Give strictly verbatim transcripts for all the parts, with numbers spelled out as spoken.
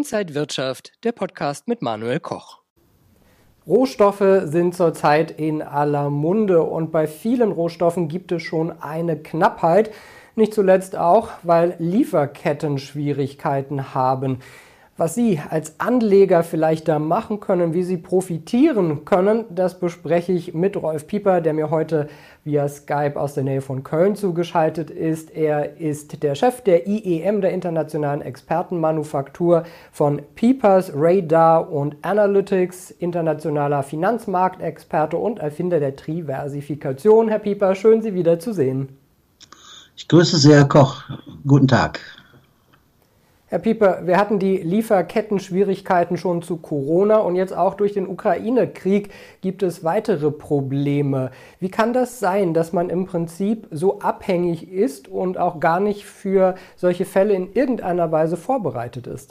Inside Wirtschaft, der Podcast mit Manuel Koch. Rohstoffe sind zurzeit in aller Munde und bei vielen Rohstoffen gibt es schon eine Knappheit. Nicht zuletzt auch, weil Lieferketten Schwierigkeiten haben. Was Sie als Anleger vielleicht da machen können, wie Sie profitieren können, das bespreche ich mit Rolf Pieper, der mir heute via Skype aus der Nähe von Köln zugeschaltet ist. Er ist der Chef der I E M, der Internationalen Expertenmanufaktur, von Piepers Radar und Analytics, internationaler Finanzmarktexperte und Erfinder der Triversifikation. Herr Pieper, schön, Sie wieder zu sehen. Ich grüße Sie, Herr Koch. Guten Tag. Herr Pieper, wir hatten die Lieferketten-Schwierigkeiten schon zu Corona und jetzt auch durch den Ukraine-Krieg gibt es weitere Probleme. Wie kann das sein, dass man im Prinzip so abhängig ist und auch gar nicht für solche Fälle in irgendeiner Weise vorbereitet ist?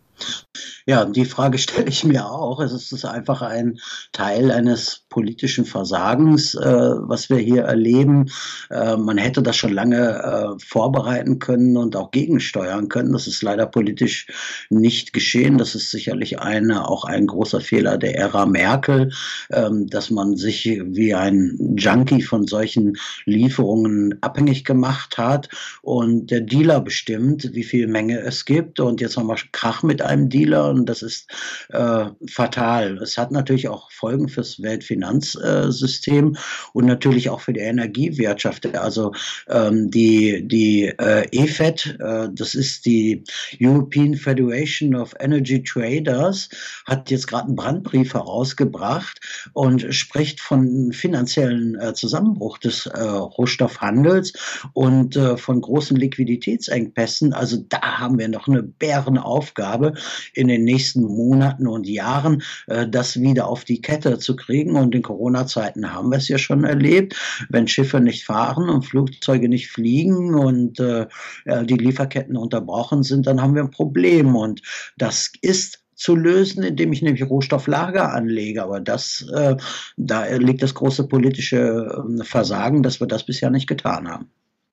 Ja, die Frage stelle ich mir auch. Es ist einfach ein Teil eines politischen Versagens, äh, was wir hier erleben. Äh, man hätte das schon lange äh, vorbereiten können und auch gegensteuern können. Das ist leider politisch nicht geschehen. Das ist sicherlich eine, auch ein großer Fehler der Ära Merkel, äh, dass man sich wie ein Junkie von solchen Lieferungen abhängig gemacht hat und der Dealer bestimmt, wie viel Menge es gibt. Und jetzt haben wir Krach mit einem Dealer. Und das ist äh, fatal. Es hat natürlich auch Folgen fürs Weltfinanzsystem und natürlich auch für die Energiewirtschaft. Also ähm, die, die äh, E F E D, äh, das ist die European Federation of Energy Traders, hat jetzt gerade einen Brandbrief herausgebracht und spricht von finanziellen äh, Zusammenbruch des äh, Rohstoffhandels und äh, von großen Liquiditätsengpässen. Also da haben wir noch eine Bärenaufgabe in den nächsten Monaten und Jahren, äh, das wieder auf die Kette zu kriegen. Und in Corona-Zeiten haben wir es ja schon erlebt, wenn Schiffe nicht fahren und Flugzeuge nicht fliegen und äh, die Lieferketten unterbrochen sind, dann haben wir ein Problem. Und das ist zu lösen, indem ich nämlich Rohstofflager anlege. Aber das, äh, da liegt das große politische äh, Versagen, dass wir das bisher nicht getan haben.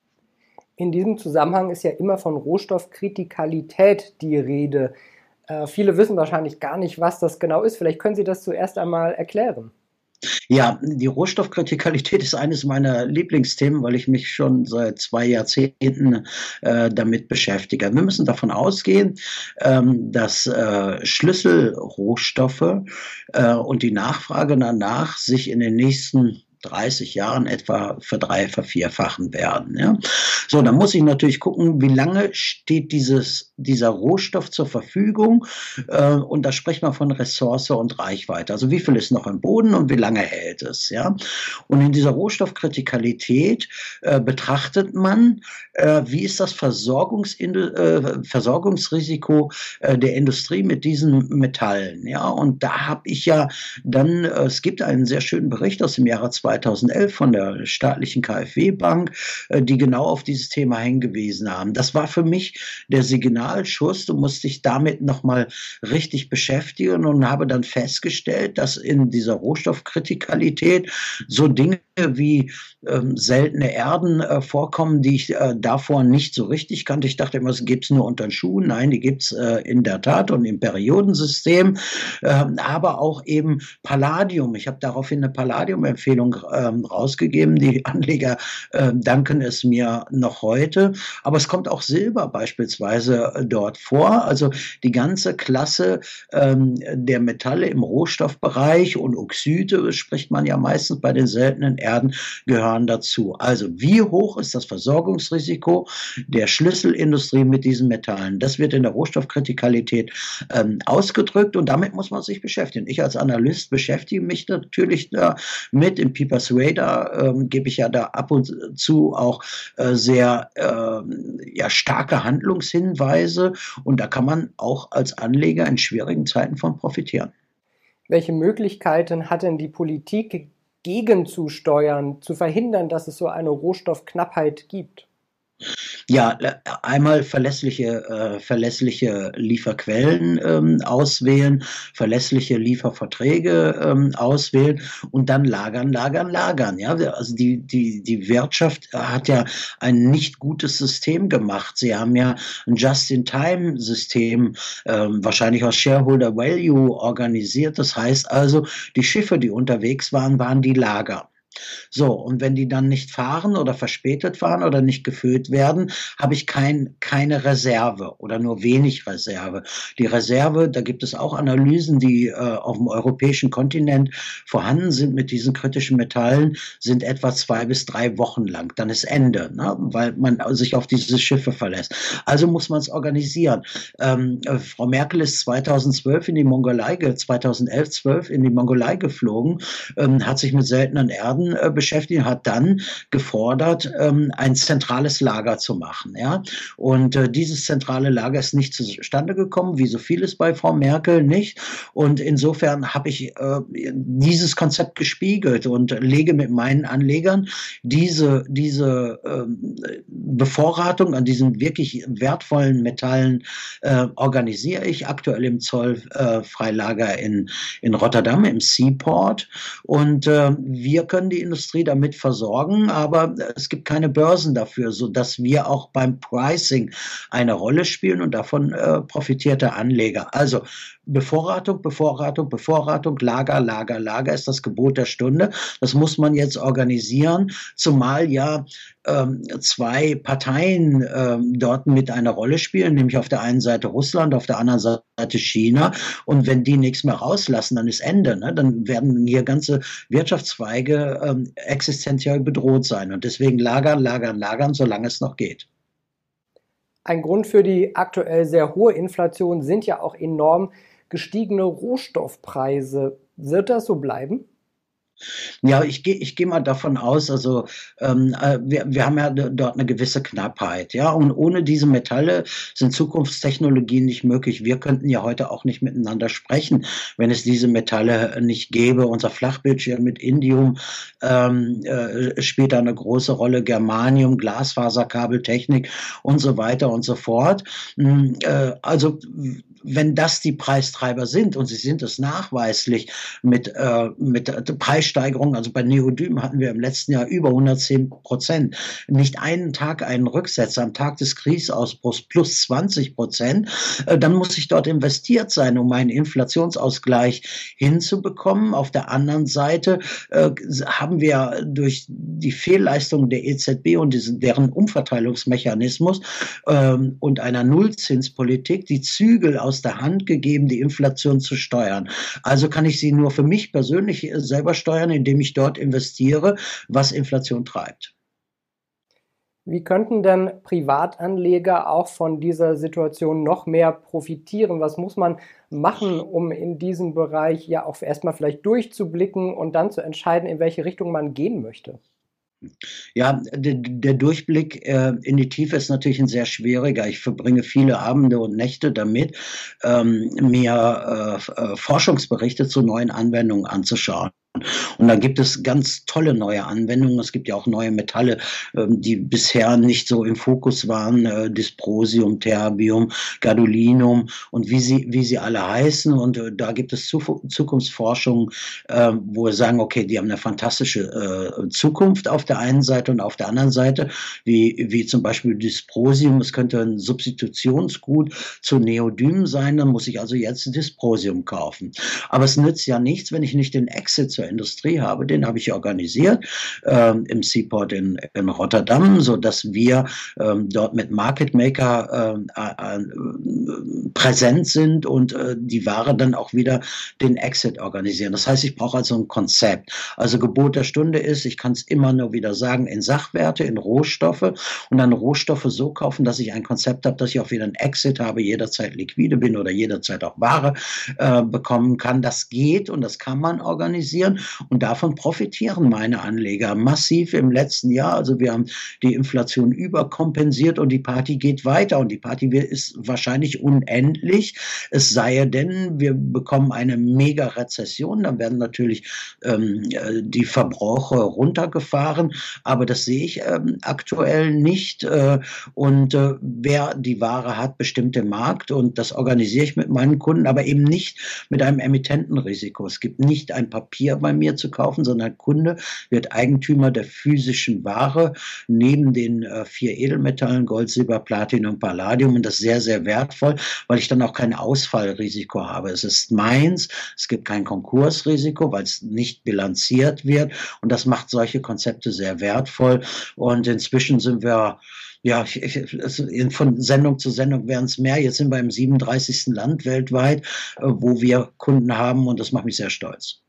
In diesem Zusammenhang ist ja immer von Rohstoffkritikalität die Rede. Äh, viele wissen wahrscheinlich gar nicht, was das genau ist. Vielleicht können Sie das zuerst einmal erklären. Ja, die Rohstoffkritikalität ist eines meiner Lieblingsthemen, weil ich mich schon seit zwei Jahrzehnten äh, damit beschäftige. Wir müssen davon ausgehen, ähm, dass äh, Schlüsselrohstoffe äh, und die Nachfrage danach sich in den nächsten dreißig Jahren etwa verdrei-, vervierfachen werden. Ja. So, dann muss ich natürlich gucken, wie lange steht dieses, dieser Rohstoff zur Verfügung, äh, und da spricht man von Ressource und Reichweite. Also wie viel ist noch im Boden und wie lange hält es? Ja. Und in dieser Rohstoffkritikalität äh, betrachtet man, äh, wie ist das Versorgungsindu- äh, Versorgungsrisiko äh, der Industrie mit diesen Metallen. Ja. Und da habe ich ja dann, äh, es gibt einen sehr schönen Bericht aus dem Jahre zweitausendelf von der staatlichen KfW-Bank, die genau auf dieses Thema hingewiesen haben. Das war für mich der Signalschuss. Du musst dich damit nochmal richtig beschäftigen und habe dann festgestellt, dass in dieser Rohstoffkritikalität so Dinge wie ähm, seltene Erden äh, vorkommen, die ich äh, davor nicht so richtig kannte. Ich dachte immer, es gibt es nur unter den Schuhen. Nein, die gibt es äh, in der Tat und im Periodensystem, äh, aber auch eben Palladium. Ich habe daraufhin eine Palladium-Empfehlung ähm, rausgegeben. Die Anleger äh, danken es mir noch heute. Aber es kommt auch Silber beispielsweise äh, dort vor. Also die ganze Klasse ähm, der Metalle im Rohstoffbereich und Oxide, spricht man ja meistens bei den seltenen Erden, gehören dazu. Also wie hoch ist das Versorgungsrisiko der Schlüsselindustrie mit diesen Metallen? Das wird in der Rohstoffkritikalität ähm, ausgedrückt und damit muss man sich beschäftigen. Ich als Analyst beschäftige mich natürlich damit. Im Piepers Radar ähm, gebe ich ja da ab und zu auch äh, sehr äh, ja, starke Handlungshinweise und da kann man auch als Anleger in schwierigen Zeiten von profitieren. Welche Möglichkeiten hat denn die Politik gegenzusteuern, zu verhindern, dass es so eine Rohstoffknappheit gibt? Ja, einmal verlässliche, äh, verlässliche Lieferquellen ähm, auswählen, verlässliche Lieferverträge ähm, auswählen und dann lagern, lagern, lagern. Ja, also die, die, die Wirtschaft hat ja ein nicht gutes System gemacht. Sie haben ja ein Just-in-Time-System, ähm, wahrscheinlich aus Shareholder Value organisiert. Das heißt also, die Schiffe, die unterwegs waren, waren die Lager. So, und wenn die dann nicht fahren oder verspätet fahren oder nicht gefüllt werden, habe ich kein, keine Reserve oder nur wenig Reserve. Die Reserve, da gibt es auch Analysen, die äh, auf dem europäischen Kontinent vorhanden sind mit diesen kritischen Metallen, sind etwa zwei bis drei Wochen lang. Dann ist Ende, ne? Weil man sich auf diese Schiffe verlässt. Also muss man es organisieren. Ähm, äh, Frau Merkel ist zweitausendzwölf in die Mongolei, zweitausendelf, zwölf in die Mongolei geflogen, ähm, hat sich mit seltenen Erden äh, beschäftigt, hat dann gefordert, ähm, ein zentrales Lager zu machen. Ja? Und äh, dieses zentrale Lager ist nicht zustande gekommen, wie so vieles bei Frau Merkel nicht. Und insofern habe ich äh, dieses Konzept gespiegelt und lege mit meinen Anlegern diese, diese äh, Bevorratung an diesen wirklich wertvollen Metallen äh, organisiere ich aktuell im Zollfreilager äh, in, in Rotterdam, im Seaport. Und äh, wir können die Industrie damit versorgen, aber es gibt keine Börsen dafür, sodass wir auch beim Pricing eine Rolle spielen und davon äh, profitiert der Anleger. Also Bevorratung, Bevorratung, Bevorratung, Lager, Lager, Lager ist das Gebot der Stunde. Das muss man jetzt organisieren, zumal ja ähm, zwei Parteien ähm, dort mit einer Rolle spielen, nämlich auf der einen Seite Russland, auf der anderen Seite China. Und wenn die nichts mehr rauslassen, dann ist Ende. Ne? Dann werden hier ganze Wirtschaftszweige ähm, existenziell bedroht sein. Und deswegen lagern, lagern, lagern, solange es noch geht. Ein Grund für die aktuell sehr hohe Inflation sind ja auch enorm gestiegene Rohstoffpreise. Wird das so bleiben? Ja, ich gehe ich gehe mal davon aus, also ähm, wir, wir haben ja dort eine gewisse Knappheit, ja, und ohne diese Metalle sind Zukunftstechnologien nicht möglich. Wir könnten ja heute auch nicht miteinander sprechen, wenn es diese Metalle nicht gäbe. Unser Flachbildschirm mit Indium ähm, äh, spielt da eine große Rolle, Germanium, Glasfaserkabeltechnik und so weiter und so fort. Äh, also wenn das die Preistreiber sind, und sie sind es nachweislich mit, äh, mit Preissteigerungen, also bei Neodym hatten wir im letzten Jahr über hundertzehn Prozent, nicht einen Tag einen Rücksetzer, am Tag des Kriegsausbruchs plus zwanzig Prozent, äh, dann muss ich dort investiert sein, um einen Inflationsausgleich hinzubekommen. Auf der anderen Seite äh, haben wir durch die Fehlleistung der E Z B und diesen, deren Umverteilungsmechanismus ähm, und einer Nullzinspolitik die Zügel aus der Hand gegeben, die Inflation zu steuern. Also kann ich sie nur für mich persönlich selber steuern, indem ich dort investiere, was Inflation treibt. Wie könnten denn Privatanleger auch von dieser Situation noch mehr profitieren? Was muss man machen, um in diesem Bereich ja auch erstmal vielleicht durchzublicken und dann zu entscheiden, in welche Richtung man gehen möchte? Ja, der, der Durchblick äh, in die Tiefe ist natürlich ein sehr schwieriger. Ich verbringe viele Abende und Nächte damit, ähm, mir äh, Forschungsberichte zu neuen Anwendungen anzuschauen. Und da gibt es ganz tolle neue Anwendungen. Es gibt ja auch neue Metalle, die bisher nicht so im Fokus waren. Dysprosium, Terbium, Gadolinum und wie sie, wie sie alle heißen. Und da gibt es Zukunftsforschung, wo wir sagen, okay, die haben eine fantastische Zukunft auf der einen Seite und auf der anderen Seite, wie, wie zum Beispiel Dysprosium. Es könnte ein Substitutionsgut zu Neodym sein. Dann muss ich also jetzt Dysprosium kaufen. Aber es nützt ja nichts, wenn ich nicht den Exit zur Industrie habe, den habe ich organisiert ähm, im Seaport in, in Rotterdam, so dass wir ähm, dort mit Market Maker äh, äh, präsent sind und äh, die Ware dann auch wieder den Exit organisieren. Das heißt, ich brauche also ein Konzept. Also Gebot der Stunde ist, ich kann es immer nur wieder sagen, in Sachwerte, in Rohstoffe und dann Rohstoffe so kaufen, dass ich ein Konzept habe, dass ich auch wieder einen Exit habe, jederzeit liquide bin oder jederzeit auch Ware äh, bekommen kann. Das geht und das kann man organisieren. Inflation. Und davon profitieren meine Anleger massiv im letzten Jahr. Also wir haben die Inflation überkompensiert und die Party geht weiter. Und die Party ist wahrscheinlich unendlich. Es sei denn, wir bekommen eine Mega-Rezession. Dann werden natürlich ähm, die Verbraucher runtergefahren. Aber das sehe ich ähm, aktuell nicht. Äh, und äh, wer die Ware hat, bestimmt den Markt. Und das organisiere ich mit meinen Kunden, aber eben nicht mit einem Emittentenrisiko. Es gibt nicht ein Papier bei mir zu kaufen, sondern ein Kunde wird Eigentümer der physischen Ware neben den äh, vier Edelmetallen, Gold, Silber, Platin und Palladium. Und das ist sehr, sehr wertvoll, weil ich dann auch kein Ausfallrisiko habe. Es ist meins, es gibt kein Konkursrisiko, weil es nicht bilanziert wird. Und das macht solche Konzepte sehr wertvoll. Und inzwischen sind wir Ja, ich, ich, von Sendung zu Sendung werden es mehr. Jetzt sind wir im siebenunddreißigsten Land weltweit, wo wir Kunden haben, und das macht mich sehr stolz.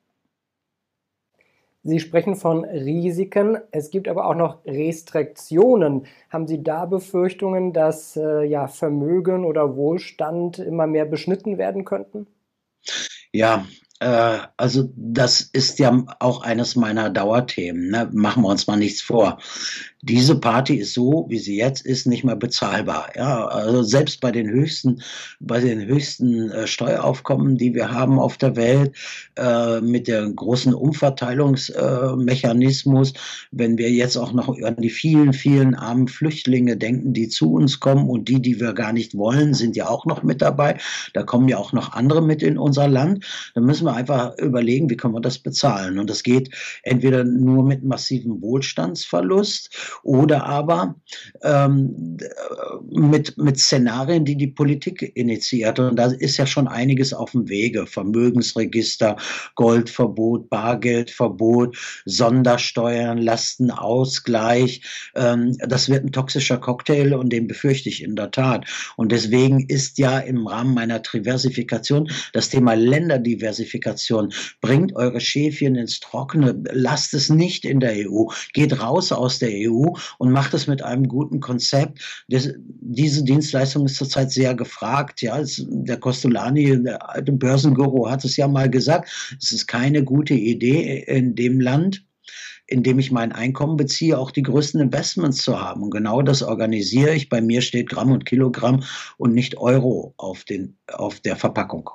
Sie sprechen von Risiken. Es gibt aber auch noch Restriktionen. Haben Sie da Befürchtungen, dass äh, ja, Vermögen oder Wohlstand immer mehr beschnitten werden könnten? Ja, äh, also das ist ja auch eines meiner Dauerthemen. Ne? Machen wir uns mal nichts vor. Diese Party ist so, wie sie jetzt ist, nicht mehr bezahlbar. Ja, also selbst bei den höchsten, bei den höchsten äh, Steueraufkommen, die wir haben auf der Welt, äh, mit dem großen Umverteilungsmechanismus, äh, wenn wir jetzt auch noch an die vielen, vielen armen Flüchtlinge denken, die zu uns kommen, und die, die wir gar nicht wollen, sind ja auch noch mit dabei. Da kommen ja auch noch andere mit in unser Land. Dann müssen wir einfach überlegen, wie können wir das bezahlen? Und das geht entweder nur mit massivem Wohlstandsverlust oder aber ähm, mit, mit Szenarien, die die Politik initiiert. Und da ist ja schon einiges auf dem Wege. Vermögensregister, Goldverbot, Bargeldverbot, Sondersteuern, Lastenausgleich. Ähm, das wird ein toxischer Cocktail, und den befürchte ich in der Tat. Und deswegen ist ja im Rahmen meiner Diversifikation das Thema Länderdiversifikation. Bringt eure Schäfchen ins Trockene, lasst es nicht in der E U, geht raus aus der E U und macht es mit einem guten Konzept. Das, diese Dienstleistung ist zurzeit sehr gefragt. Ja, es, der Kostolani, der alte Börsenguru, hat es ja mal gesagt, es ist keine gute Idee in dem Land, in dem ich mein Einkommen beziehe, auch die größten Investments zu haben. Und genau das organisiere ich. Bei mir steht Gramm und Kilogramm und nicht Euro auf, den, auf der Verpackung.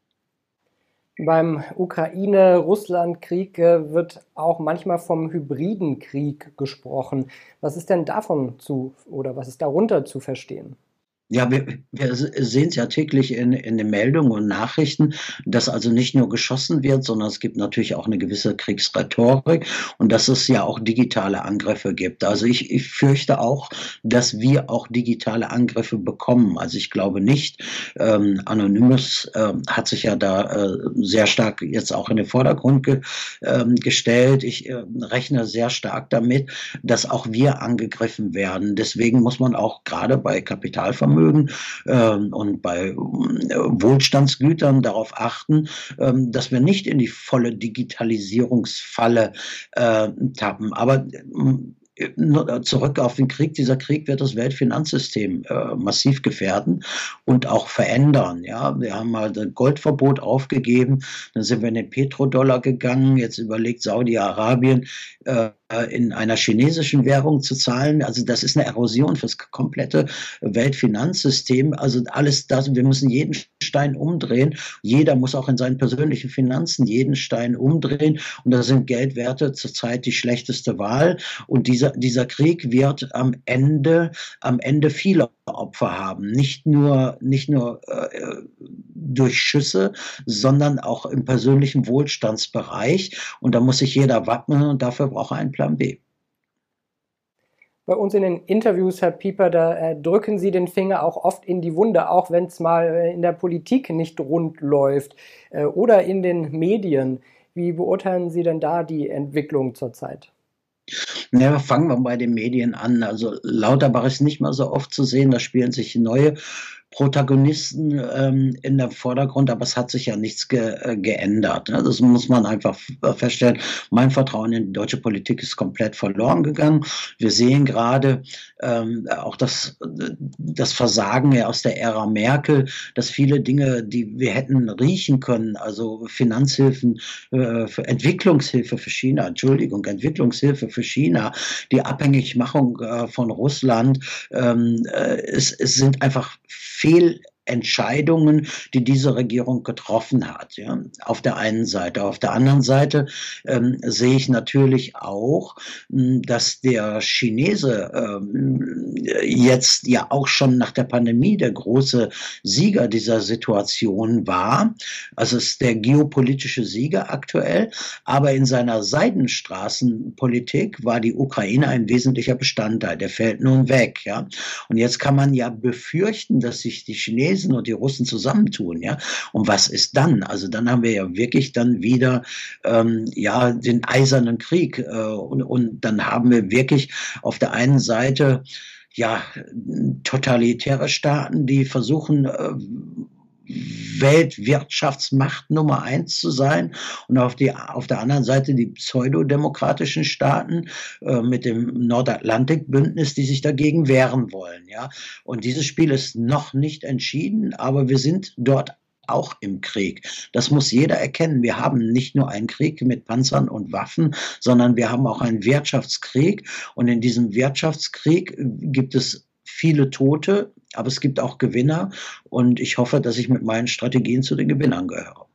Beim Ukraine-Russland-Krieg wird auch manchmal vom hybriden Krieg gesprochen. Was ist denn davon zu oder was ist darunter zu verstehen? Ja, wir, wir sehen es ja täglich in, in den Meldungen und Nachrichten, dass also nicht nur geschossen wird, sondern es gibt natürlich auch eine gewisse Kriegsrhetorik, und dass es ja auch digitale Angriffe gibt. Also ich, ich fürchte auch, dass wir auch digitale Angriffe bekommen. Also ich glaube nicht. Ähm, Anonymous äh, hat sich ja da äh, sehr stark jetzt auch in den Vordergrund ge, äh, gestellt. Ich äh, rechne sehr stark damit, dass auch wir angegriffen werden. Deswegen muss man auch gerade bei Kapitalvermögen ähm, und bei äh, Wohlstandsgütern darauf achten, ähm, dass wir nicht in die volle Digitalisierungsfalle äh, tappen. Aber äh, zurück auf den Krieg. Dieser Krieg wird das Weltfinanzsystem äh, massiv gefährden und auch verändern. Ja, wir haben mal das Goldverbot aufgegeben, dann sind wir in den Petrodollar gegangen. Jetzt überlegt Saudi-Arabien, äh, in einer chinesischen Währung zu zahlen. Also das ist eine Erosion für das komplette Weltfinanzsystem. Also alles das, wir müssen jeden Stein umdrehen. Jeder muss auch in seinen persönlichen Finanzen jeden Stein umdrehen. Und da sind Geldwerte zurzeit die schlechteste Wahl. Und dieser, dieser Krieg wird am Ende, am Ende viele Opfer haben. Nicht nur, nicht nur äh, durch Schüsse, sondern auch im persönlichen Wohlstandsbereich. Und da muss sich jeder wappnen, und dafür braucht er einen Plan B. Bei uns in den Interviews, Herr Pieper, da äh, drücken Sie den Finger auch oft in die Wunde, auch wenn es mal äh, in der Politik nicht rund läuft äh, oder in den Medien. Wie beurteilen Sie denn da die Entwicklung zurzeit? Ja, fangen wir bei den Medien an. Also Lauterbach ist nicht mal so oft zu sehen, da spielen sich neue Protagonisten ähm, in der Vordergrund, aber es hat sich ja nichts ge, äh, geändert. Ne? Das muss man einfach feststellen. Mein Vertrauen in die deutsche Politik ist komplett verloren gegangen. Wir sehen gerade ähm, auch das, das Versagen ja aus der Ära Merkel, dass viele Dinge, die wir hätten riechen können, also Finanzhilfen, äh, für Entwicklungshilfe für China, Entschuldigung, Entwicklungshilfe für China, die Abhängigmachung äh, von Russland, ähm, äh, es, es sind einfach Fehlentscheidungen, die diese Regierung getroffen hat. Ja, auf der einen Seite. Auf der anderen Seite ähm, sehe ich natürlich auch, dass der Chinese ähm, jetzt ja auch schon nach der Pandemie der große Sieger dieser Situation war. Also es ist der geopolitische Sieger aktuell, aber in seiner Seidenstraßenpolitik war die Ukraine ein wesentlicher Bestandteil. Der fällt nun weg. Ja, und jetzt kann man ja befürchten, dass sich die Chinesen und die Russen zusammentun, ja. Und was ist dann? Also dann haben wir ja wirklich dann wieder ähm, ja den eisernen Krieg äh, und, und dann haben wir wirklich auf der einen Seite ja totalitäre Staaten, die versuchen äh, Weltwirtschaftsmacht Nummer eins zu sein und auf, die, auf der anderen Seite die pseudodemokratischen Staaten äh, mit dem Nordatlantikbündnis, die sich dagegen wehren wollen. Ja? Und dieses Spiel ist noch nicht entschieden, aber wir sind dort auch im Krieg. Das muss jeder erkennen. Wir haben nicht nur einen Krieg mit Panzern und Waffen, sondern wir haben auch einen Wirtschaftskrieg. Und in diesem Wirtschaftskrieg gibt es viele Tote, aber es gibt auch Gewinner und ich hoffe, dass ich mit meinen Strategien zu den Gewinnern gehöre.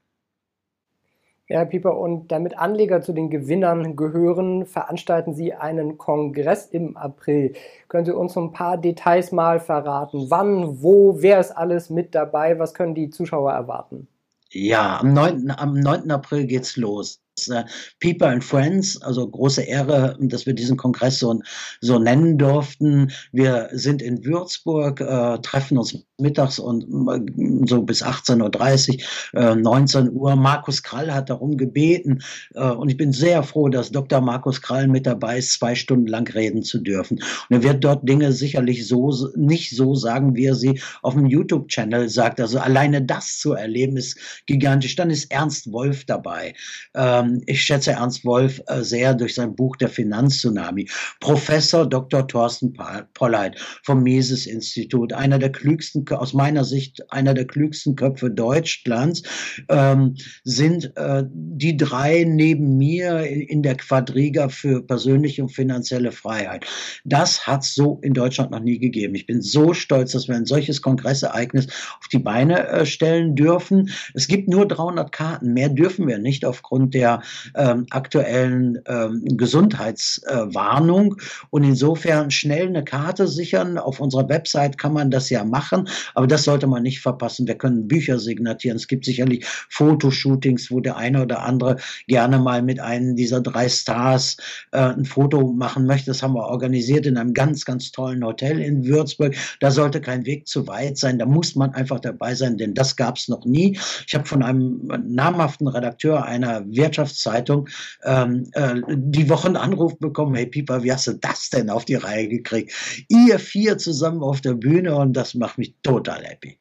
Ja, Herr Pieper, und damit Anleger zu den Gewinnern gehören, veranstalten Sie einen Kongress im April. Können Sie uns so ein paar Details mal verraten? Wann, wo, wer ist alles mit dabei? Was können die Zuschauer erwarten? Ja, am neunten am neunten April geht's los. Pieper and Friends, also große Ehre, dass wir diesen Kongress so, so nennen durften. Wir sind in Würzburg, äh, treffen uns mittags und äh, so bis achtzehn Uhr dreißig, äh, neunzehn Uhr. Markus Krall hat darum gebeten äh, und ich bin sehr froh, dass Doktor Markus Krall mit dabei ist, zwei Stunden lang reden zu dürfen. Und er wird dort Dinge sicherlich so nicht so sagen, wie er sie auf dem YouTube-Channel sagt. Also alleine das zu erleben ist gigantisch. Dann ist Ernst Wolf dabei. Ähm, Ich schätze Ernst Wolf äh, sehr durch sein Buch Der Finanztsunami. Professor Doktor Thorsten Polleit vom Mises-Institut, einer der klügsten, aus meiner Sicht, einer der klügsten Köpfe Deutschlands, ähm, sind äh, die drei neben mir in, in der Quadriga für persönliche und finanzielle Freiheit. Das hat es so in Deutschland noch nie gegeben. Ich bin so stolz, dass wir ein solches Kongressereignis auf die Beine äh, stellen dürfen. Es gibt nur dreihundert Karten, mehr dürfen wir nicht aufgrund der Ähm, aktuellen ähm, Gesundheitswarnung äh, und insofern schnell eine Karte sichern. Auf unserer Website kann man das ja machen, aber das sollte man nicht verpassen. Wir können Bücher signatieren. Es gibt sicherlich Fotoshootings, wo der eine oder andere gerne mal mit einem dieser drei Stars äh, ein Foto machen möchte. Das haben wir organisiert in einem ganz, ganz tollen Hotel in Würzburg. Da sollte kein Weg zu weit sein. Da muss man einfach dabei sein, denn das gab es noch nie. Ich habe von einem namhaften Redakteur einer Wirtschaftszeitung ähm, äh, die Woche einen Anruf bekommen, hey Pieper, wie hast du das denn auf die Reihe gekriegt? Ihr vier zusammen auf der Bühne und das macht mich total happy.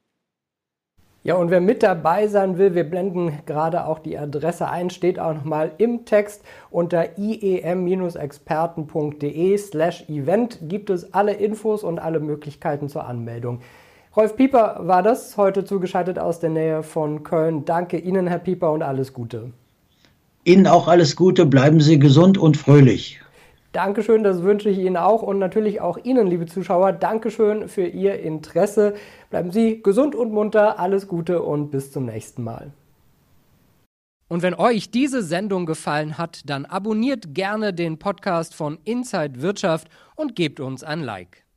Ja, und wer mit dabei sein will, wir blenden gerade auch die Adresse ein, steht auch nochmal im Text. Unter iem-experten.de slash event gibt es alle Infos und alle Möglichkeiten zur Anmeldung. Rolf Pieper war das, heute zugeschaltet aus der Nähe von Köln. Danke Ihnen, Herr Pieper, und alles Gute. Ihnen auch alles Gute, bleiben Sie gesund und fröhlich. Dankeschön, das wünsche ich Ihnen auch und natürlich auch Ihnen, liebe Zuschauer. Dankeschön für Ihr Interesse. Bleiben Sie gesund und munter, alles Gute und bis zum nächsten Mal. Und wenn euch diese Sendung gefallen hat, dann abonniert gerne den Podcast von Inside Wirtschaft und gebt uns ein Like.